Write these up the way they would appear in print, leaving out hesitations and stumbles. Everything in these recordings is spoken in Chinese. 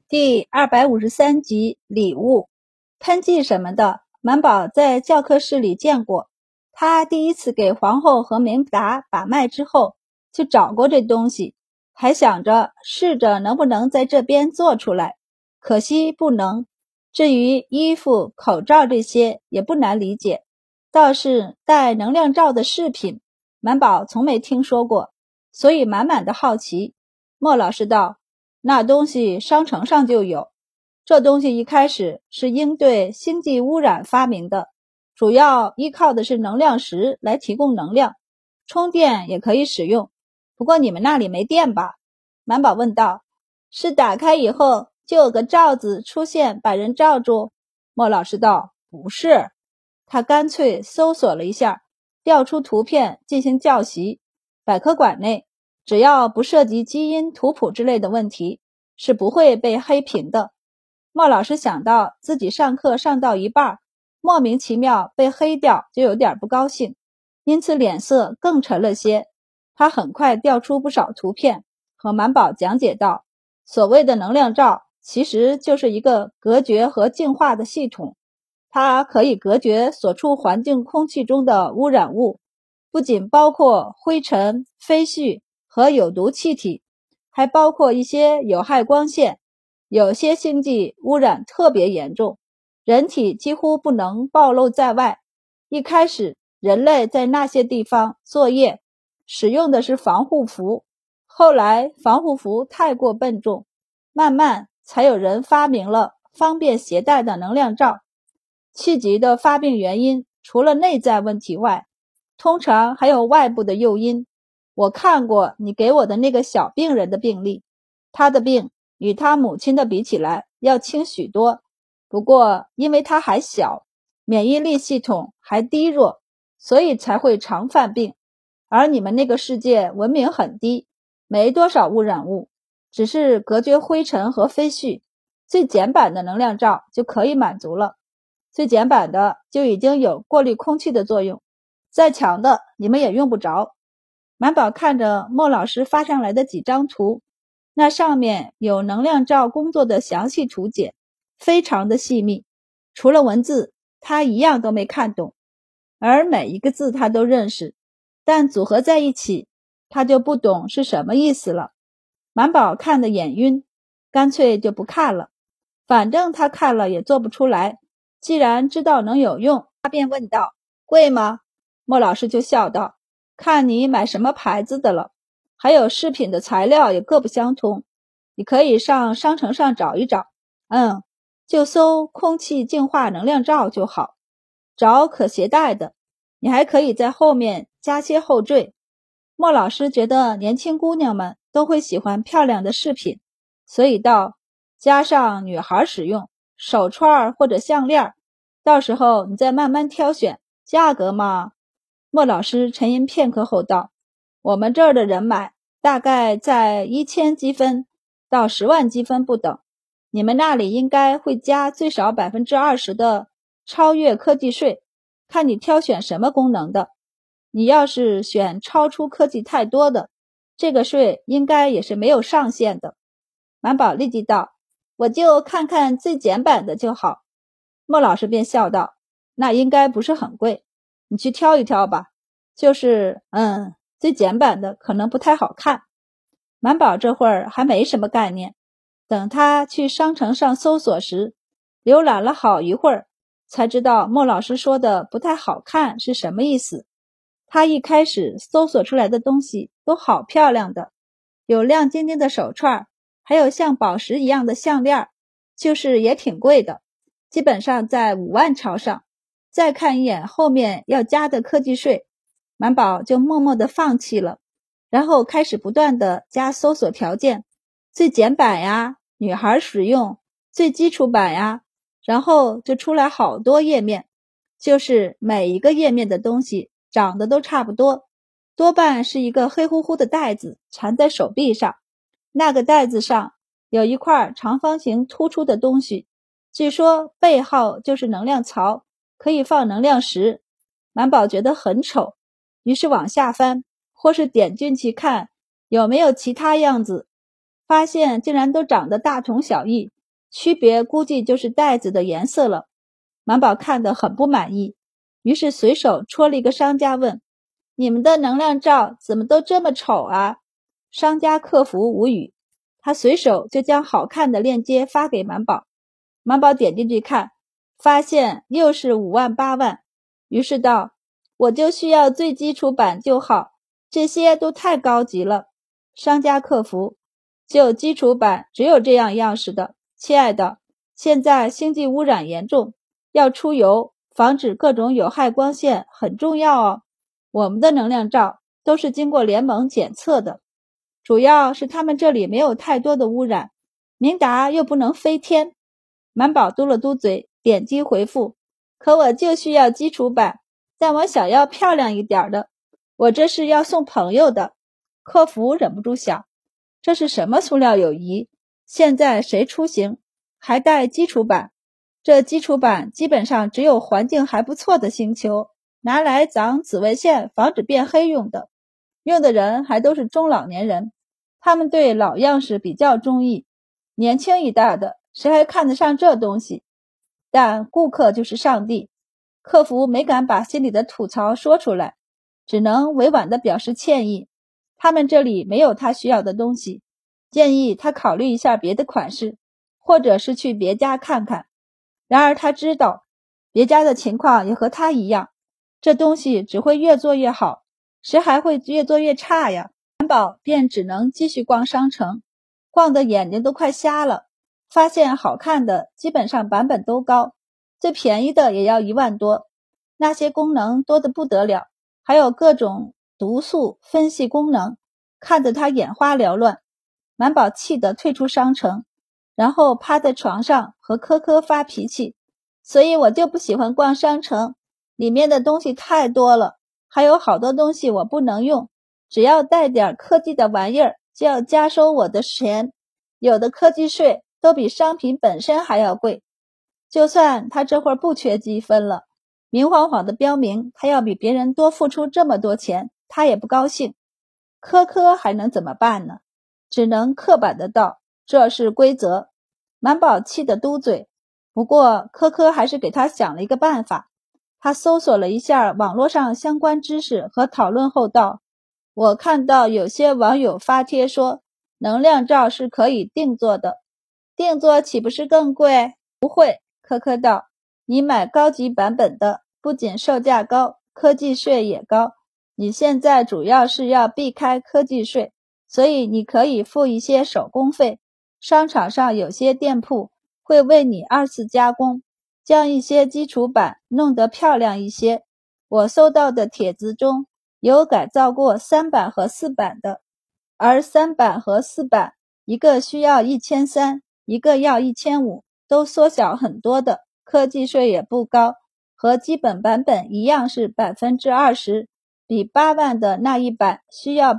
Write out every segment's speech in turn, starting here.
第253集礼物。喷剂什么的，满宝在教科室里见过。他第一次给皇后和明达把脉之后，就找过这东西，还想着试着能不能在这边做出来，可惜不能。至于衣服、口罩这些也不难理解，倒是带能量罩的饰品，满宝从没听说过，所以满满的好奇。莫老师道：那东西商城上就有，这东西一开始是应对星际污染发明的，主要依靠的是能量石来提供能量，充电也可以使用。不过你们那里没电吧？满宝问道。是打开以后就有个罩子出现把人罩住？莫老师道。不是。他干脆搜索了一下，调出图片进行教习。百科馆内只要不涉及基因图谱之类的问题，是不会被黑屏的。莫老师想到自己上课上到一半，莫名其妙被黑掉，就有点不高兴，因此脸色更沉了些。他很快调出不少图片，和满宝讲解道，所谓的能量罩其实就是一个隔绝和净化的系统，它可以隔绝所处环境空气中的污染物，不仅包括灰尘、飞絮和有毒气体，还包括一些有害光线。有些星际污染特别严重，人体几乎不能暴露在外。一开始人类在那些地方作业使用的是防护服，后来防护服太过笨重，慢慢才有人发明了方便携带的能量罩。气急的发病原因除了内在问题外，通常还有外部的诱因。我看过你给我的那个小病人的病历，他的病与他母亲的比起来要轻许多，不过因为他还小，免疫力系统还低弱，所以才会常犯病。而你们那个世界文明很低，没多少污染物，只是隔绝灰尘和飞絮，最简版的能量罩就可以满足了。最简版的就已经有过滤空气的作用，再强的你们也用不着。满宝看着莫老师发上来的几张图，那上面有能量罩工作的详细图解，非常的细密，除了文字他一样都没看懂，而每一个字他都认识，但组合在一起他就不懂是什么意思了。满宝看得眼晕，干脆就不看了，反正他看了也做不出来，既然知道能有用，他便问道：贵吗？莫老师就笑道：看你买什么牌子的了，还有饰品的材料也各不相同，你可以上商城上找一找，就搜空气净化能量罩就好，找可携带的，你还可以在后面加些后缀。莫老师觉得年轻姑娘们都会喜欢漂亮的饰品，所以道：加上女孩使用，手串或者项链，到时候你再慢慢挑选。价格嘛，莫老师沉吟片刻后道：我们这儿的人买大概在1000积分到10万积分不等，你们那里应该会加最少 20% 的超越科技税，看你挑选什么功能的。你要是选超出科技太多的，这个税应该也是没有上限的。满宝立即道：我就看看最简版的就好。莫老师便笑道：那应该不是很贵，你去挑一挑吧，就是最简版的可能不太好看。满宝这会儿还没什么概念，等他去商城上搜索时，浏览了好一会儿，才知道莫老师说的不太好看是什么意思。他一开始搜索出来的东西都好漂亮的，有亮晶晶的手串，还有像宝石一样的项链，就是也挺贵的，基本上在5万朝上。再看一眼后面要加的科技税，满宝就默默地放弃了，然后开始不断地加搜索条件，最简版呀，女孩使用，最基础版呀，然后就出来好多页面，就是每一个页面的东西长得都差不多，多半是一个黑乎乎的袋子缠在手臂上，那个袋子上有一块长方形突出的东西，据说背后就是能量槽，可以放能量石。满宝觉得很丑，于是往下翻，或是点进去看有没有其他样子，发现竟然都长得大同小异， 区别估计就是袋子的颜色了。满宝看得很不满意，于是随手戳了一个商家问：你们的能量罩怎么都这么丑啊？商家客服无语，他随手就将好看的链接发给满宝。满宝点进去看，发现又是5万8万，于是道：我就需要最基础版就好，这些都太高级了。商家客服：就基础版只有这样样式的，亲爱的，现在星际污染严重，要出油，防止各种有害光线很重要哦。我们的能量罩都是经过联盟检测的，主要是他们这里没有太多的污染，明达又不能飞天。满宝嘟了嘟嘴，点击回复：可我就需要基础版，但我想要漂亮一点的，我这是要送朋友的。客服忍不住想，这是什么塑料友谊？现在谁出行还带基础版？这基础版基本上只有环境还不错的星球拿来长紫外线防止变黑用的，用的人还都是中老年人，他们对老样式比较中意，年轻一代的谁还看得上这东西？但顾客就是上帝，客服没敢把心里的吐槽说出来，只能委婉地表示歉意，他们这里没有他需要的东西，建议他考虑一下别的款式，或者是去别家看看。然而他知道别家的情况也和他一样，这东西只会越做越好，谁还会越做越差呀？满宝便只能继续逛商城，逛得眼睛都快瞎了，发现好看的基本上版本都高，最便宜的也要1万多，那些功能多得不得了，还有各种毒素分析功能，看得他眼花缭乱。满宝气得退出商城，然后趴在床上和科科发脾气，所以我就不喜欢逛商城，里面的东西太多了，还有好多东西我不能用，只要带点科技的玩意儿就要加收我的钱，有的科技税都比商品本身还要贵。就算他这会儿不缺积分了，明晃晃的标明他要比别人多付出这么多钱，他也不高兴。科科还能怎么办呢？只能刻板的道，这是规则。满宝气得嘟嘴，不过科科还是给他想了一个办法。他搜索了一下网络上相关知识和讨论后道，我看到有些网友发帖说能量罩是可以定做的，定做岂不是更贵？不会，科科道，你买高级版本的不仅售价高，科技税也高，你现在主要是要避开科技税，所以你可以付一些手工费，商场上有些店铺会为你2次加工，将一些基础版弄得漂亮一些。我搜到的帖子中有改造过3版和4版的，而3版和4版一个需要1300，一个要1500，都缩小很多的，科技税也不高，和基本版本一样是 20%， 比8万的那一版需要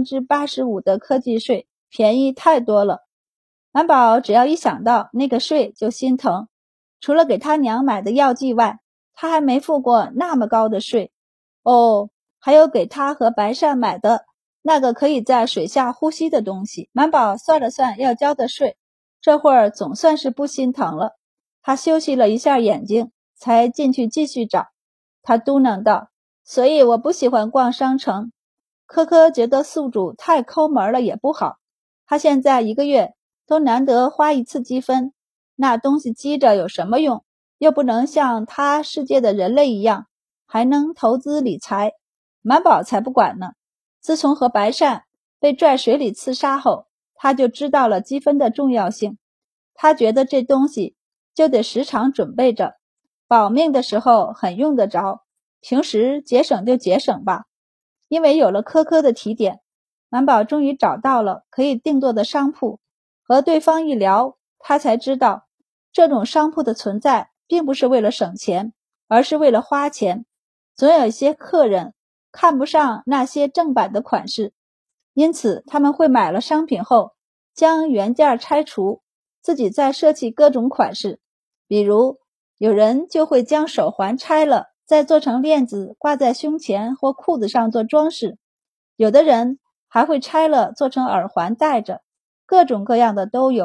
85% 的科技税便宜太多了。满宝只要一想到那个税就心疼，除了给他娘买的药剂外，他还没付过那么高的税。哦，还有给他和白善买的那个可以在水下呼吸的东西。满宝算了算要交的税，这会儿总算是不心疼了。他休息了一下眼睛，才进去继续找。他嘟囔道，所以我不喜欢逛商城。科科觉得宿主太抠门了也不好，他现在1个月都难得花1次积分，那东西积着有什么用？又不能像他世界的人类一样还能投资理财。满宝才不管呢，自从和白善被拽水里刺杀后，他就知道了积分的重要性。他觉得这东西就得时常准备着，保命的时候很用得着，平时节省就节省吧。因为有了科科的提点，满宝终于找到了可以定做的商铺，和对方一聊，他才知道这种商铺的存在并不是为了省钱，而是为了花钱。总有一些客人看不上那些正版的款式，因此他们会买了商品后将原件拆除，自己再设计各种款式。比如有人就会将手环拆了，再做成链子挂在胸前或裤子上做装饰，有的人还会拆了做成耳环戴着，各种各样的都有。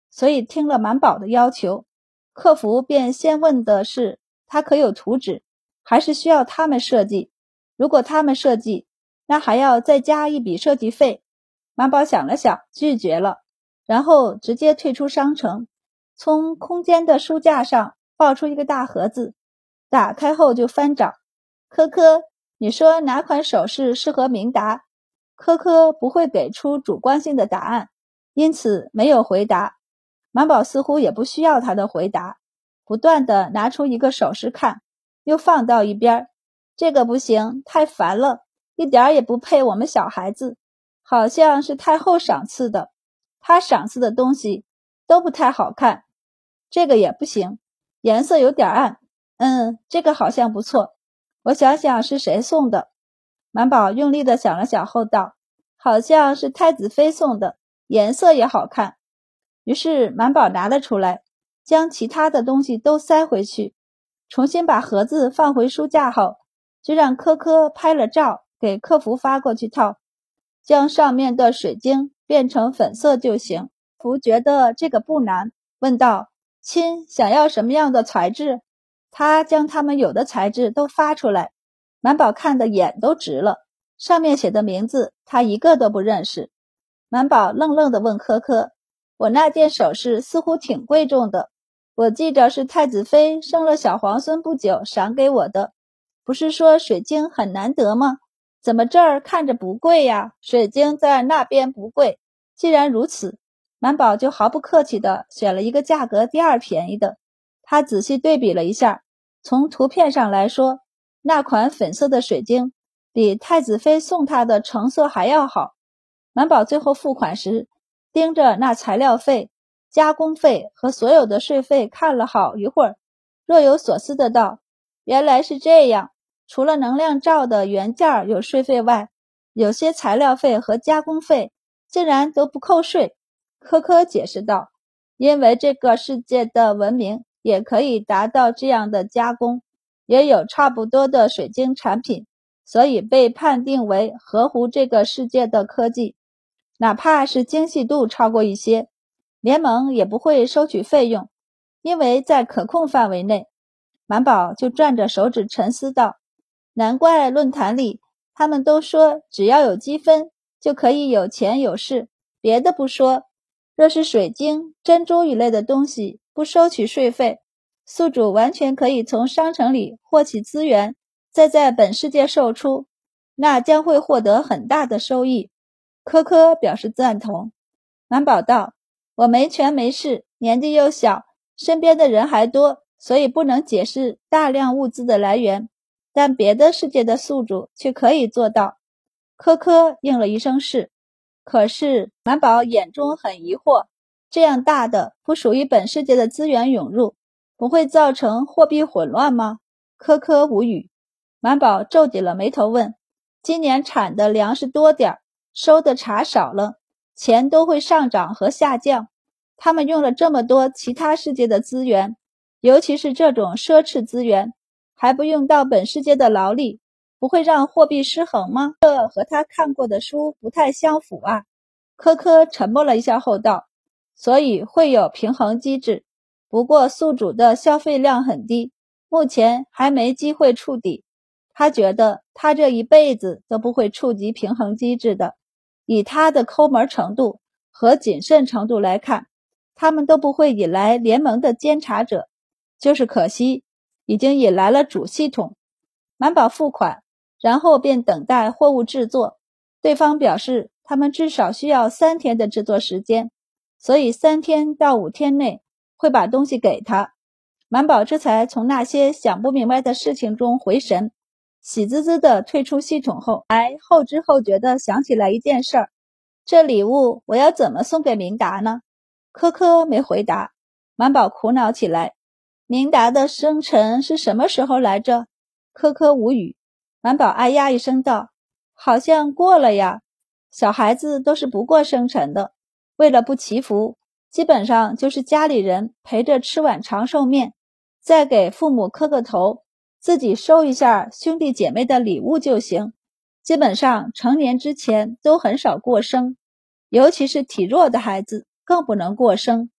所以听了满宝的要求，客服便先问的是他可有图纸，还是需要他们设计。如果他们设计，那还要再加一笔设计费。满宝想了想，拒绝了，然后直接退出商城，从空间的书架上抱出一个大盒子，打开后就翻找。科科，你说哪款首饰适合明达？科科不会给出主观性的答案，因此没有回答。满宝似乎也不需要他的回答，不断地拿出一个首饰看，又放到一边。这个不行，太烦了，一点也不配我们小孩子，好像是太后赏赐的，他赏赐的东西都不太好看。这个也不行，颜色有点暗。这个好像不错，我想想是谁送的。满宝用力地想了想后道，好像是太子妃送的，颜色也好看。于是满宝拿了出来，将其他的东西都塞回去，重新把盒子放回书架后，就让科科拍了照给客服发过去套，将上面的水晶变成粉色就行。客服觉得这个不难，问道：亲，想要什么样的材质？他将他们有的材质都发出来，满宝看得眼都直了，上面写的名字他一个都不认识。满宝愣愣地问科科：我那件首饰似乎挺贵重的，我记着是太子妃生了小皇孙不久赏给我的，不是说水晶很难得吗？怎么这儿看着不贵呀？水晶在那边不贵。既然如此，满宝就毫不客气地选了一个价格第二便宜的。他仔细对比了一下，从图片上来说，那款粉色的水晶比太子妃送他的成色还要好。满宝最后付款时，盯着那材料费、加工费和所有的税费看了好一会儿，若有所思的道：原来是这样，除了能量罩的原件有税费外，有些材料费和加工费竟然都不扣税。科科解释道：因为这个世界的文明也可以达到这样的加工，也有差不多的水晶产品，所以被判定为合乎这个世界的科技。哪怕是精细度超过一些，联盟也不会收取费用，因为在可控范围内。满宝就转着手指沉思道：难怪论坛里他们都说只要有积分就可以有钱有势，别的不说，若是水晶、珍珠一类的东西不收取税费，宿主完全可以从商城里获取资源，再在本世界售出，那将会获得很大的收益。科科表示赞同。满宝道：我没权没势，年纪又小，身边的人还多，所以不能解释大量物资的来源，但别的世界的宿主却可以做到。科科应了一声是。可是满宝眼中很疑惑，这样大的不属于本世界的资源涌入，不会造成货币混乱吗？科科无语。满宝皱紧了眉头问：今年产的粮食多点，收的茶少了，钱都会上涨和下降，他们用了这么多其他世界的资源，尤其是这种奢侈资源，还不用到本世界的劳力，不会让货币失衡吗？这和他看过的书不太相符啊。科科沉默了一下后道：所以会有平衡机制，不过宿主的消费量很低，目前还没机会触底。他觉得他这一辈子都不会触及平衡机制的，以他的抠门程度和谨慎程度来看，他们都不会引来联盟的监察者，就是可惜已经引来了主系统。满宝付款，然后便等待货物制作，对方表示他们至少需要3天的制作时间，所以3天到5天内会把东西给他。满宝这才从那些想不明白的事情中回神，喜滋滋地退出系统后，后知后觉地想起来一件事儿，这礼物我要怎么送给明达呢？科科没回答。满宝苦恼起来，明达的生辰是什么时候来着？科科无语。满宝哎呀一声道：好像过了呀，小孩子都是不过生辰的，为了不祈福，基本上就是家里人陪着吃碗长寿面，再给父母磕个头，自己收一下兄弟姐妹的礼物就行。基本上成年之前都很少过生，尤其是体弱的孩子更不能过生。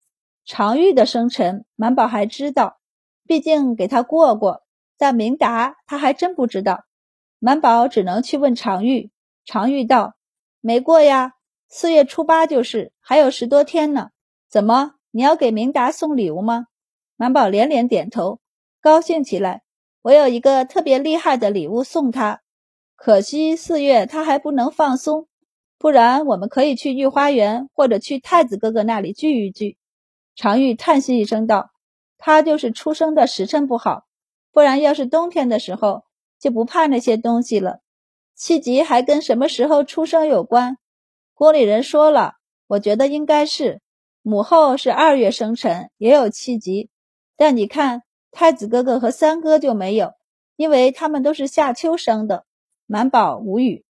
常玉的生辰，满宝还知道，毕竟给他过，但明达他还真不知道。满宝只能去问常玉，常玉道：没过呀，4月初8就是，还有10多天呢。怎么，你要给明达送礼物吗？满宝连连点头，高兴起来。我有一个特别厉害的礼物送他，可惜4月他还不能放松，不然我们可以去御花园或者去太子哥哥那里聚一聚。常玉叹息一声道：他就是出生的时辰不好，不然要是冬天的时候就不怕那些东西了。气急还跟什么时候出生有关？宫里人说了，我觉得应该是母后是2月生辰，也有气急，但你看太子哥哥和三哥就没有，因为他们都是夏秋生的。满宝无语。